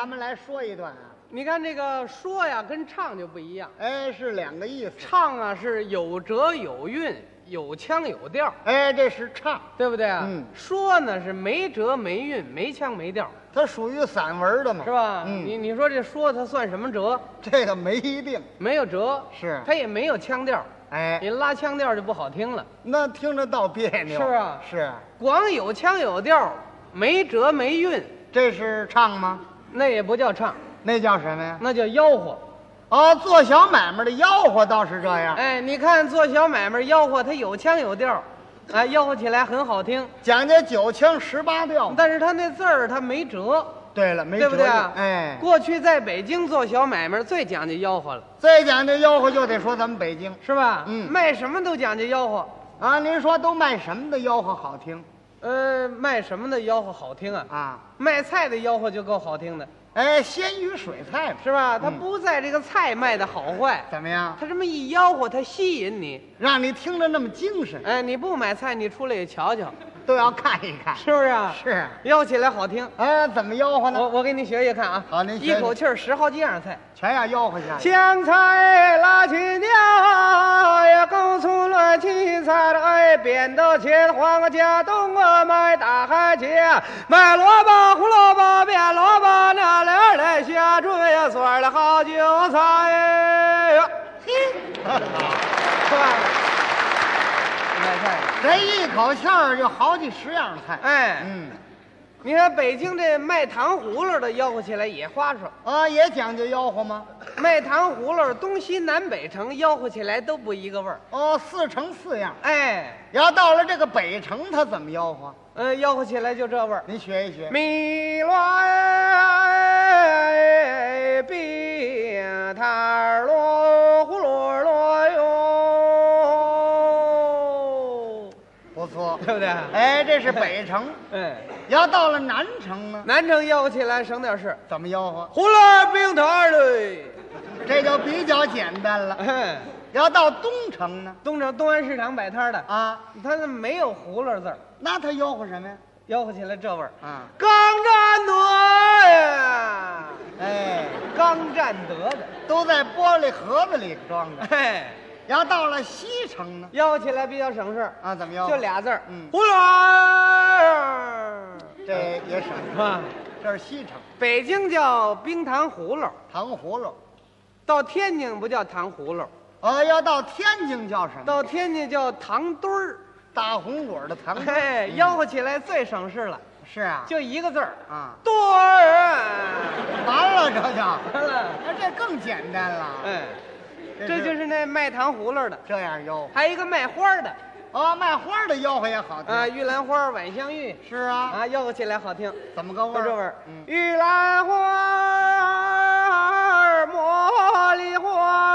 咱们来说一段啊。 你看这个说呀，跟唱就不一样。 哎，是两个意思。 唱啊是有辙有韵，有腔有调， 哎，这是唱， 对不对啊？ 嗯。 说呢是没辙没韵，没腔没调， 它属于散文的嘛， 是吧？ 嗯， 你说这说它算什么辙？ 这个没一定。 没有辙， 是它也没有腔调， 哎， 你拉腔调就不好听了。 那听着倒别扭。 是啊是。 光有腔有调，没辙没韵， 这是唱吗？ 那也不叫唱， 那叫什么呀？ 那叫吆喝。 哦，做小买卖的吆喝倒是这样。 哎，你看做小买卖吆喝，它有腔有调，哎，吆喝起来很好听。 讲究9腔18调。 但是它那字儿它没辙， 对了，没对不对啊？ 辙哎， 过去在北京做小买卖最讲究吆喝了， 再讲究吆喝就得说咱们北京是吧？ 嗯卖什么都讲究吆喝。 啊。您说都卖什么的吆喝好听卖什么的吆喝好听啊？ 啊？ 卖菜的吆喝就够好听的， 哎，鲜鱼水菜嘛， 是吧？它嗯不在这个菜卖的好坏， 怎么样？ 它这么一吆喝，它吸引你。 让你听着那么精神， 哎，你不买菜，你出来也瞧瞧， 都要看一看。 是不是啊？ 是。 吆起来好听。 怎么吆喝呢？ 我给你学学看啊。 好您学学一口气儿10好几样菜。 全要吆喝下去。 香菜、辣青椒呀，高葱、乱青菜的哎，扁豆、茄子、黄瓜、加冬瓜，买大海茄，买萝卜、胡萝卜、变萝卜，那俩来下追呀，蒜的好韭菜呀，是吧？买菜， 这一口气儿就好几10样菜。 哎， 嗯， 你看北京这卖糖葫芦的吆喝起来也花哨， 也讲究吆喝吗？ 卖糖葫芦东西南北城吆喝起来都不一个味儿。 4乘4样。 哎， 要到了这个北城，他怎么吆喝？ 吆喝起来就这味儿。 您学一学。 米乱冰摊罗呼罗罗哟， 不错， 对不对？ 哎，这是北城。 哎， 要到了南城呢， 南城吆喝起来省点事。 怎么吆喝？ 呼罗冰摊嘞， 这就比较简单了。 哎， 要到东城呢， 东安市场摆摊的， 啊， 他那没有葫芦字儿， 那他吆喝什么呀？ 吆喝起来这味儿。 啊， 刚占得呀， 哎， 刚占得的， 都在玻璃盒子里装着。 哎， 要到了西城呢， 吆喝起来比较省事儿， 啊，怎么吆喝？ 就俩字儿， 嗯葫芦儿。 这也省啊， 这是西城， 北京叫冰糖葫芦， 糖葫芦。 到天津不叫糖葫芦， 要到天津叫什么？ 到天津叫糖墩儿。 大红果的糖。 哎，吆喝起来最省事了， 是啊， 就一个字儿啊， 墩儿。 完了这就， 完了， 这更简单了。 哎，这就是那卖糖葫芦的， 这样吆喝。 还有一个卖花的卖花的吆喝也好听啊，玉兰花、晚香玉是啊， 啊，吆喝起来好听， 怎么个味儿？ 就这味儿。 嗯， 玉兰花、茉莉花。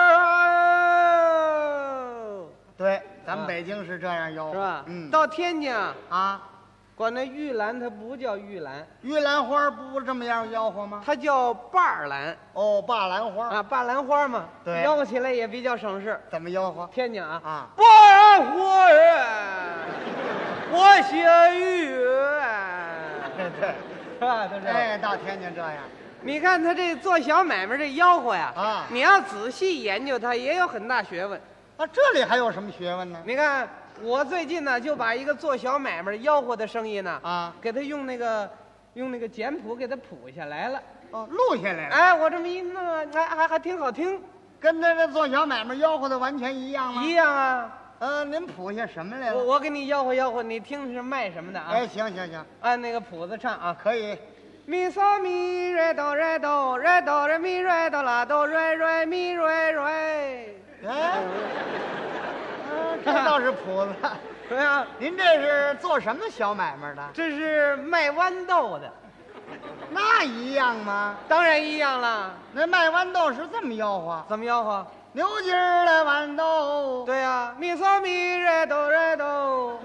对，咱们北京是这样吆喝， 是吧？ 嗯， 到天津啊， 管那玉兰，它不叫玉兰， 玉兰花不这么样吆喝吗？ 它叫瓣儿兰霸兰花啊，瓣兰花嘛。 对吆喝起来也比较省事。 怎么吆喝？ 天津啊， 啊， 瓣兰花儿，我写玉， 对， 是吧？都这样。 哎，到天津这样， 你看他这做小买卖这吆喝呀， 啊你要仔细研究它，也有很大学问。 这里还有什么学问呢？ 你看，我最近呢就把一个做小买卖吆喝的生意呢， 啊， 给他用那个简谱给他谱下来了。 录下来了， 哎，我这么一弄啊，还挺好听。 跟他这做小买卖吆喝的完全一样吗？ 一样啊。 您谱下什么来了？ 我给你吆喝吆喝，你听是卖什么的啊？ 哎，行， 按那个谱子唱啊。 可以。 咪嗦咪瑞哆瑞哆瑞哆瑞咪瑞哆啦哆瑞瑞咪瑞瑞。 哎，这倒是谱子。 怎么样？ 您这是做什么小买卖的？ 这是卖豌豆的。 那一样吗？ 当然一样了。 那卖豌豆是这么吆喝： 怎么吆喝？ 牛筋儿的豌豆。 对呀，咪嗦咪瑞哆瑞哆。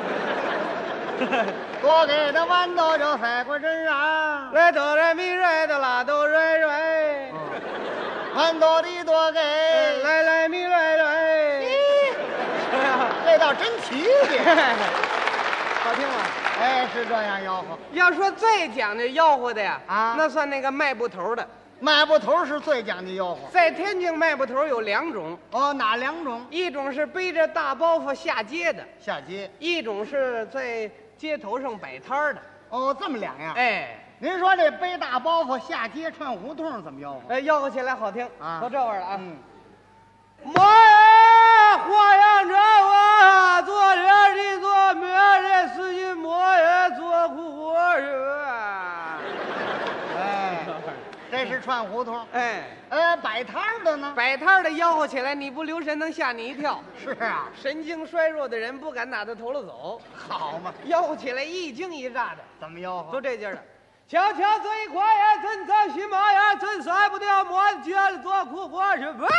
多给的豌豆就塞过身上， 瑞哆瑞咪瑞哆啦哆瑞瑞。 豌豆的多给， 来来咪瑞瑞。 这倒真齐的。 好听吗？ 哎，是这样吆喝。 要说最讲究吆喝的呀， 啊那算那个卖布头的。 卖布头是最讲究吆喝。 在天津卖布头有2种， 哦，哪2种？ 一种是背着大包袱下街的， 下街。 一种是在街头上摆摊儿的。 哦，这么2样。 哎， 您说这背大包袱下街串胡同怎么吆喝？ 吆喝起来好听啊都这味儿了啊。 嗯， 莫呀，花样着我，做人的做面的事情，莫呀做苦活人。 哎，这是串胡同。 哎， 摆摊儿的呢？ 摆摊儿的吆喝起来，你不留神能吓你一跳。 是啊， 神经衰弱的人不敢打他头了走， 好嘛。 吆喝起来一惊一乍的， 怎么吆喝？ 都这劲儿了。瞧瞧这一块呀，真操心妈呀，真甩不掉，莫觉得做苦活是吧？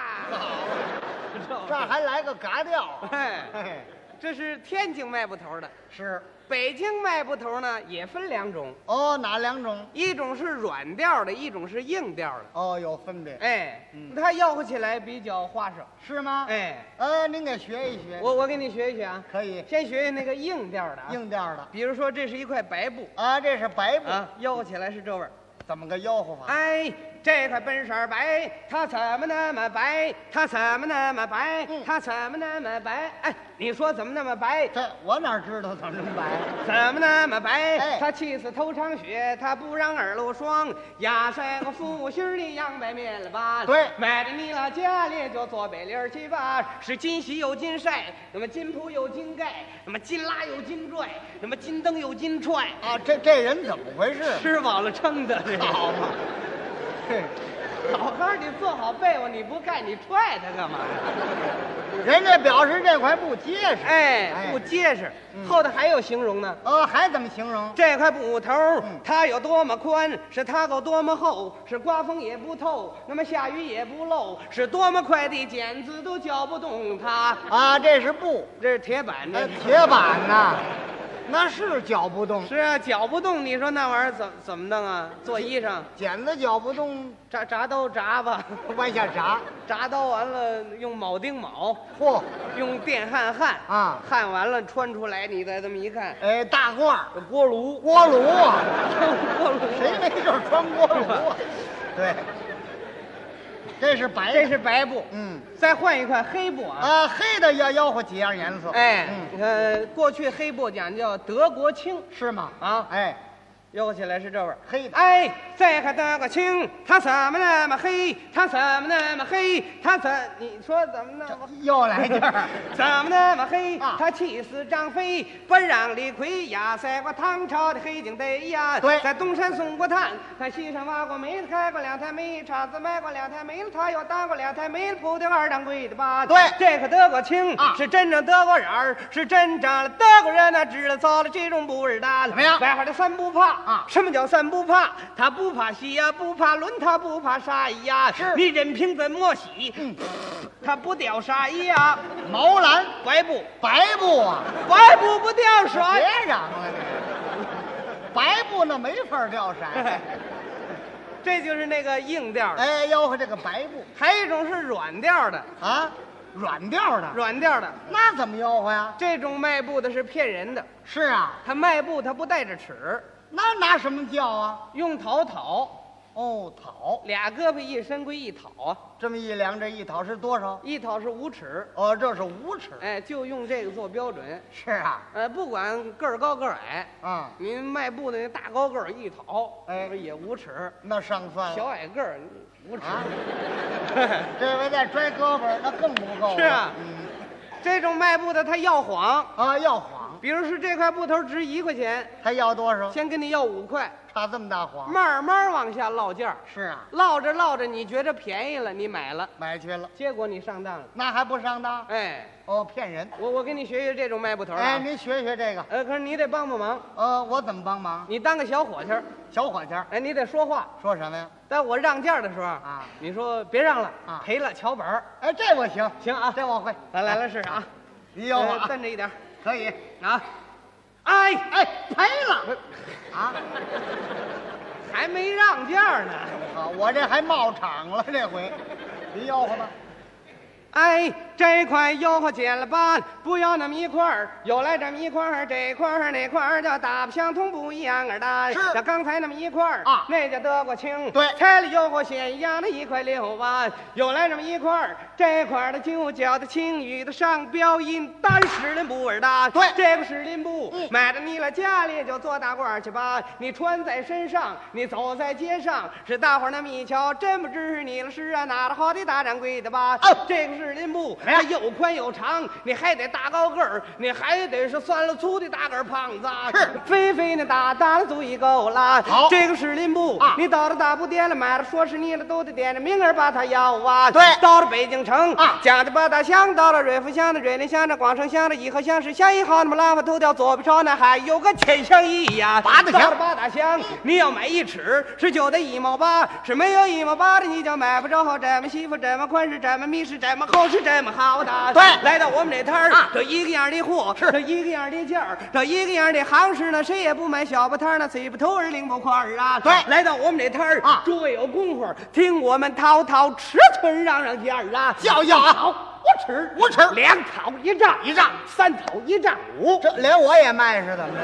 这儿还来个嘎调。 哎， 嘿， 这是天津卖布头的。 是。 北京卖布头呢，也分2种， 哦，哪2种？ 一种是软调的，一种是硬调的。 哦，有分别。 哎，它吆喝起来比较花哨。 是吗？ 哎， 您给学一学。 我给你学一学啊。 可以。 先学学那个硬调的啊。 硬调的。 比如说，这是一块白布啊，这是白布。 啊，吆喝起来是这味儿。 怎么个吆喝法？ 哎，这块本色白，它怎么那么白？它怎么那么白？它怎么那么白？哎，你说怎么那么白？ 这我哪知道怎么这么白？ 怎么那么白？ 哎它气死头场雪，它不让耳露霜，压晒个复兴的洋白面了吧？ 对买的你那家里就做白领去吧，是金喜有金晒，那么金铺有金盖，那么金拉有金拽，那么金灯有金踹。 啊，这人怎么回事？ 吃饱了撑的，这好嘛。嘿， 好好你做好被窝，你不盖你踹它干嘛呀？ 人家表示这块不结实。 哎，不结实。后头还有形容呢。 还怎么形容？ 这块布头，它有多么宽，是它够多么厚，是刮风也不透，那么下雨也不漏，是多么快的剪子都搅不动它。 啊，这是布， 这是铁板，这是铁板呐，那是搅不动。 是啊，搅不动。你说那玩意儿怎么弄啊？做衣裳， 剪子搅不动， 铡刀铡吧， 往下炸。 铡刀完了用铆钉铆， 嚯， 用电焊焊啊， 焊完了穿出来，你再这么一看， 大褂儿， 锅炉， 锅炉啊， 锅炉， 谁没事儿穿锅炉啊？对，这是白的， 这是白布。再换一块黑布啊。 黑的要吆喝几样颜色。 你看过去黑布讲叫德国青， 是吗？吆喝起来是这味儿， 黑的。 哎，再看德国青，它怎么那么黑？它怎么那么黑？你说怎么那么？ 又来劲儿， 怎么那么黑？ 啊他气死张飞，不让李逵压塞过唐朝的黑警队呀。 对在东山送过炭，在西山挖过煤，开过2台煤，叉子卖过2台煤，他又打过2台煤，铺的2掌柜的吧。 对这个德国青啊是真正德国人儿，是真正的德国人呐，知道造了这种布儿的。 怎么样外号的3不怕啊什么叫3不怕？他不怕洗呀，不怕轮，他不怕沙衣呀。 是你任凭怎么洗，他不掉沙衣呀。 毛蓝白布， 白布啊， 白布不掉水。 别嚷了你，白布那没法掉色。 这就是那个硬调的。 吆喝这个白布还有一种是软调的， 啊，软调的， 软调的那怎么吆喝呀？ 这种卖布的是骗人的， 是啊， 他卖布他不带着尺， 那拿什么叫啊？ 用讨， 哦，讨， 2胳膊一伸归一讨啊， 这么一量，这一讨是多少？ 一讨是5尺， 哦，这是5尺。 哎，就用这个做标准。 是啊， 不管个儿高个儿矮， 啊， 您卖布的那大高个儿一讨， 哎这不也5尺， 那上算了。 小矮个儿5尺。 啊，这回再拽胳膊，那更不够了。 是啊这种卖布的他要谎， 要谎， 比如说这块布头值1块钱， 他要多少？ 先跟你要5块， 差这么大谎？ 慢慢往下落价儿， 是啊， 落着落着，你觉着便宜了，你买了， 买去了， 结果你上当了。 那还不上当？ 哎， 骗人。 我给你学学这种卖布头啊。 您学学这个。 可是你得帮忙， 我怎么帮忙？ 你当个小伙计儿， 小伙计儿哎，你得说话。 说什么呀？ 在我让价的时候啊， 你说别让了啊赔了瞧本儿。 这我行， 行啊， 这我会。 来试试啊， 你吆喝瞪着一点可以。 啊，哎， 赔了啊！ 还没让价呢。 好，我这还冒场了，这回。你吆喝吧。 哎， 这块又减了半，不要那么一块儿，又来这么一块儿，这块儿那块儿叫大不相同，不一样儿的。 是这刚才那么一块儿啊那叫得过清。 对拆了又和咸一样的1.6万，又来这么一块儿，这块儿的就叫的青雨的上标印单士林布儿的。 对这个士林布买到你了家里就做大褂去吧，你穿在身上，你走在街上，是大伙儿那么一瞧，真不知是你了是啊，哪的好的大掌柜的吧？这个士林布它又宽又长，你还得大高个儿，你还得是酸了粗的大个儿胖子， 是肥肥的大的足以够了。 好这个士林布啊你到了大布店了买了，说是你了都得点着名儿把它要啊。 对到了北京城啊讲的八大乡，到了瑞福乡的瑞林乡的广城乡的颐和乡是乡一号，那么拉法头条左臂朝那还有个千乡一呀。 八大乡到了八大乡，你要买1尺是就得1毛8，是没有1毛8的你就买不着这么媳妇这么宽是这么密是这么厚是这么好的。 对来到我们这摊儿啊这一个样的货， 是这一个样的价儿，这一个样的行市呢，谁也不买小布摊儿呢，嘴不头儿领不块儿啊。 对来到我们这摊儿啊诸位有功夫听我们滔滔尺寸让价儿啊， 叫啊好5尺 5尺 2套1丈 1丈 3套1丈5， 这连我也卖是怎么着？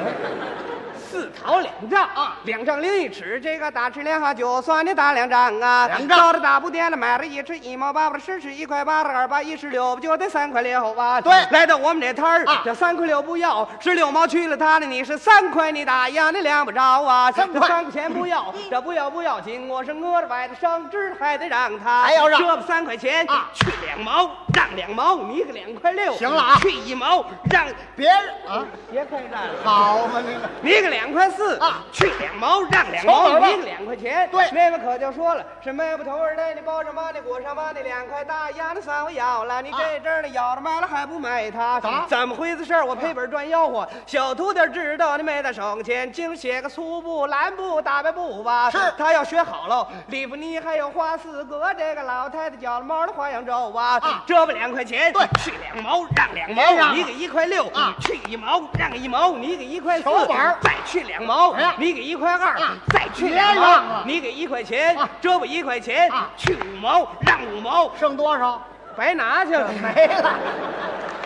4套2丈啊 ，2丈0.1尺，这个大尺2号就算你大2丈啊。 2丈到了大布店了，买了1尺1毛8，把10尺1块8的2把16，不就得3块6啊？ 对来到我们这摊儿啊这3块6不要，16毛去了他的，你是3块，你大呀，你量不着啊。 3 这块 3块钱不要，这不要紧，我是饿着崴的生知还得让他， 还要让这不3块钱啊去2毛，让2毛，你个2块6， 行了啊去1毛，让别人啊， 别快让。 好嘛那个， 你个2块4 啊去2毛，让2 瞧毛， 门吧你个2块钱。 对那个可就说了，是卖不头儿的，你包上吧，你裹上吧，你2块大洋的算我要了，你这阵儿的要了卖了还不卖它，怎么回事儿？我赔本赚吆喝，小徒弟知道你没在手前，净写个粗布、蓝布、大白布吧。 是他要学好了，里布尼还有花4个，这个老太太绞了毛的花样轴啊。这不2块钱， 对去2毛，让2 别让毛，你给1块6 啊去1毛，让1毛，你给1块4 瞧板儿， 再去2毛哎呀， 你给1块2， 啊再去别 2毛让了， 你给1块钱啊， 这不1块钱啊， 去5毛，让5毛， 剩多少？ 白拿去了。 没了。